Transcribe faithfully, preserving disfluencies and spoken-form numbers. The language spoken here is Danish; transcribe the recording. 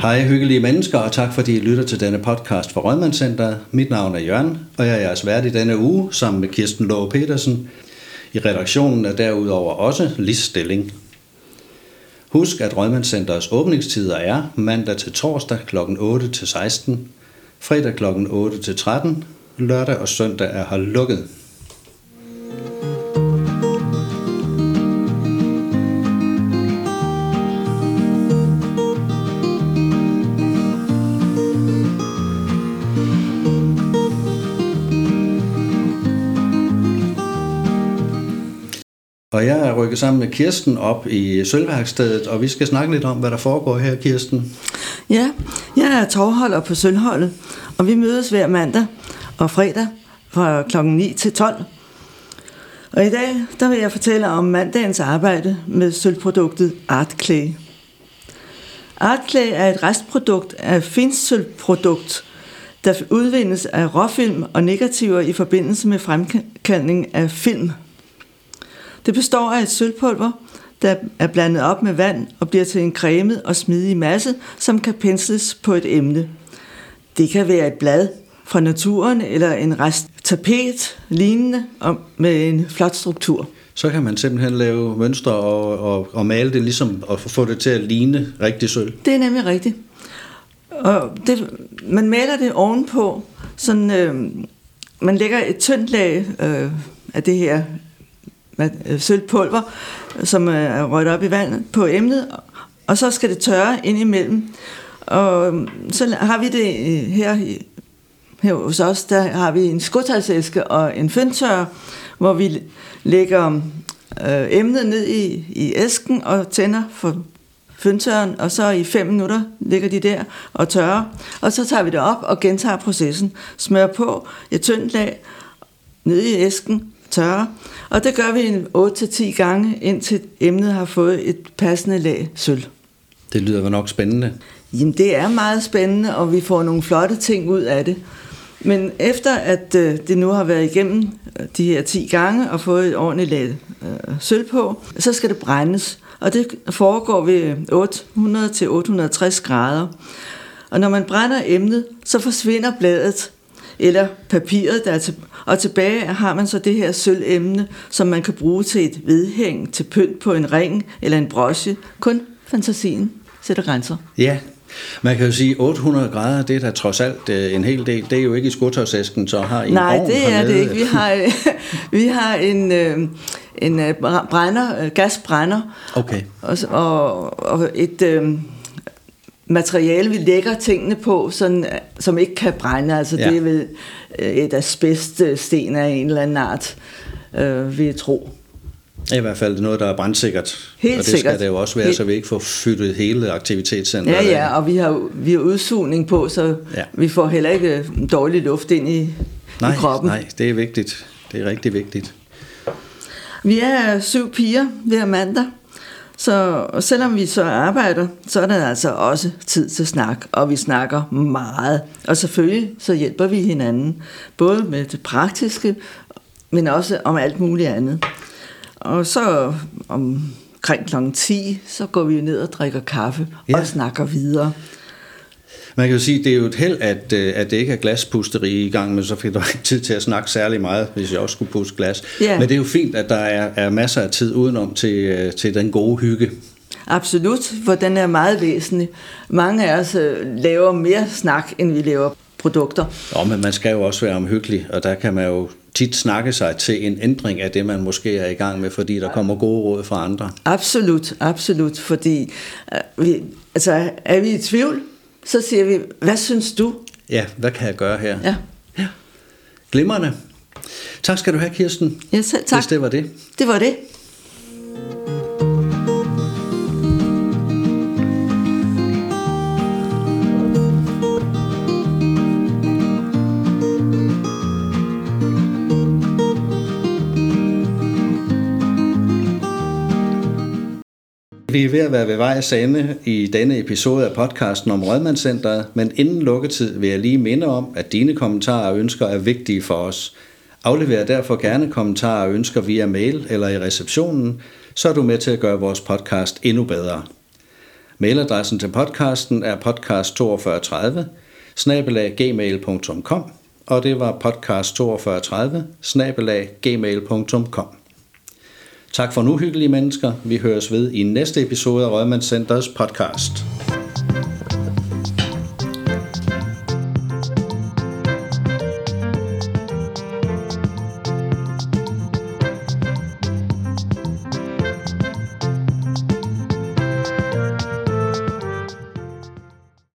Hej hyggelige mennesker, og tak fordi I lytter til denne podcast fra Rådmandscentret. Mit navn er Jørgen, og jeg er jeres vært i denne uge sammen med Kirsten Låge Petersen. I redaktionen er derudover også Lis Stilling. Husk, at Rådmandscenterets åbningstider er mandag til torsdag klokken otte til seksten, fredag klokken otte til tretten, lørdag og søndag er her lukket. Og jeg er rykket sammen med Kirsten op i Sølvværkstedet, og vi skal snakke lidt om, hvad der foregår her, Kirsten. Ja, jeg er tovholder på Sølvholdet, og vi mødes hver mandag og fredag fra klokken ni til tolv. Og i dag, der vil jeg fortælle om mandagens arbejde med sølvproduktet Art Clay. Art Clay er et restprodukt af finsølvprodukt, der udvindes af råfilm og negativer i forbindelse med fremkaldning af film. Det består af et sølvpulver, der er blandet op med vand og bliver til en cremet og smidig masse, som kan pensles på et emne. Det kan være et blad fra naturen eller en rest tapet lignende og med en flot struktur. Så kan man simpelthen lave mønstre og, og, og male det ligesom og få det til at ligne rigtig sølv. Det er nemlig rigtigt. Og det, man maler det ovenpå, sådan, øh, man lægger et tyndt lag øh, af det her sølvpulver, som er rødt op i vandet på emnet, og så skal det tørre ind imellem. Og så har vi det her, her hos os, der har vi en skotøjsæske og en fyndtørrer, hvor vi lægger øh, emnet ned i, i æsken og tænder for fyndtørren, og så i fem minutter ligger de der og tørrer, og så tager vi det op og gentager processen. Smør på et tyndt lag ned i æsken, tørre, og det gør vi en otte til ti gange, indtil emnet har fået et passende lag sølv. Det lyder nok spændende. Jamen, det er meget spændende, og vi får nogle flotte ting ud af det. Men efter at øh, det nu har været igennem de her ti gange og fået et ordentligt lag øh, sølv på, så skal det brændes, og det foregår ved otte hundrede til otte hundrede og tres grader. Og når man brænder emnet, så forsvinder bladet eller papiret, der er til, og tilbage har man så det her sølvemne, som man kan bruge til et vedhæng, til pynt på en ring eller en broche. Kun fantasien sætter grænser. Ja, man kan jo sige, otte hundrede grader, det er da trods alt en hel del. Det er jo ikke i skotøjsæsken, så har I en Nej, ovn det er hernede. det ikke. Vi har, vi har en, en brænder, gasbrænder, okay. og, og, og et øh, materiale, vi lægger tingene på, sådan, som ikke kan brænde. Altså ja. Det er vel et asbeststen af en eller anden art, øh, vil jeg tro. I hvert fald noget, der er brandsikkert. Helt og det sikkert. skal det jo også være, Helt... så vi ikke får fyldt hele aktivitetscenteret. Ja, ja, og vi har, vi har udsugning på, så ja. Vi får heller ikke dårlig luft ind i, nej, i kroppen. Nej, det er vigtigt. Det er rigtig vigtigt. Vi er syv piger hver mandag, så selvom vi så arbejder, så er der altså også tid til snak, og vi snakker meget. Og selvfølgelig så hjælper vi hinanden, både med det praktiske, men også om alt muligt andet. Og så omkring klokken ti, så går vi ned og drikker kaffe ja. Og snakker videre. Man kan jo sige, at det er jo et held, at, at det ikke er glaspusteri i gang, men så fik du ikke tid til at snakke særlig meget, hvis jeg også skulle puste glas. Ja. Men det er jo fint, at der er, er masser af tid udenom til, til den gode hygge. Absolut, for den er meget væsentlig. Mange af os laver mere snak, end vi laver produkter. Jo, men man skal jo også være omhyggelig, og der kan man jo tit snakke sig til en ændring af det, man måske er i gang med, fordi der kommer gode råd fra andre. Absolut, absolut, fordi øh, vi, altså, er vi i tvivl, så siger vi, hvad synes du? Ja, hvad kan jeg gøre her? Ja. Ja. Glimrende. Tak skal du have, Kirsten. Ja, selv tak. Hvis det var det. Det var det. Vi er ved at være ved vejs ende i denne episode af podcasten om Rådmandscentret, men inden lukketid vil jeg lige minde om, at dine kommentarer og ønsker er vigtige for os. Aflever derfor gerne kommentarer og ønsker via mail eller i receptionen, så er du med til at gøre vores podcast endnu bedre. Mailadressen til podcasten er podcast to fire tredive snabel-a gmail punktum com, og det var podcast to fire tredive snabel-a gmail punktum com. Tak for nu, hyggelige mennesker. Vi høres ved i næste episode af Rådmandscenterets podcast.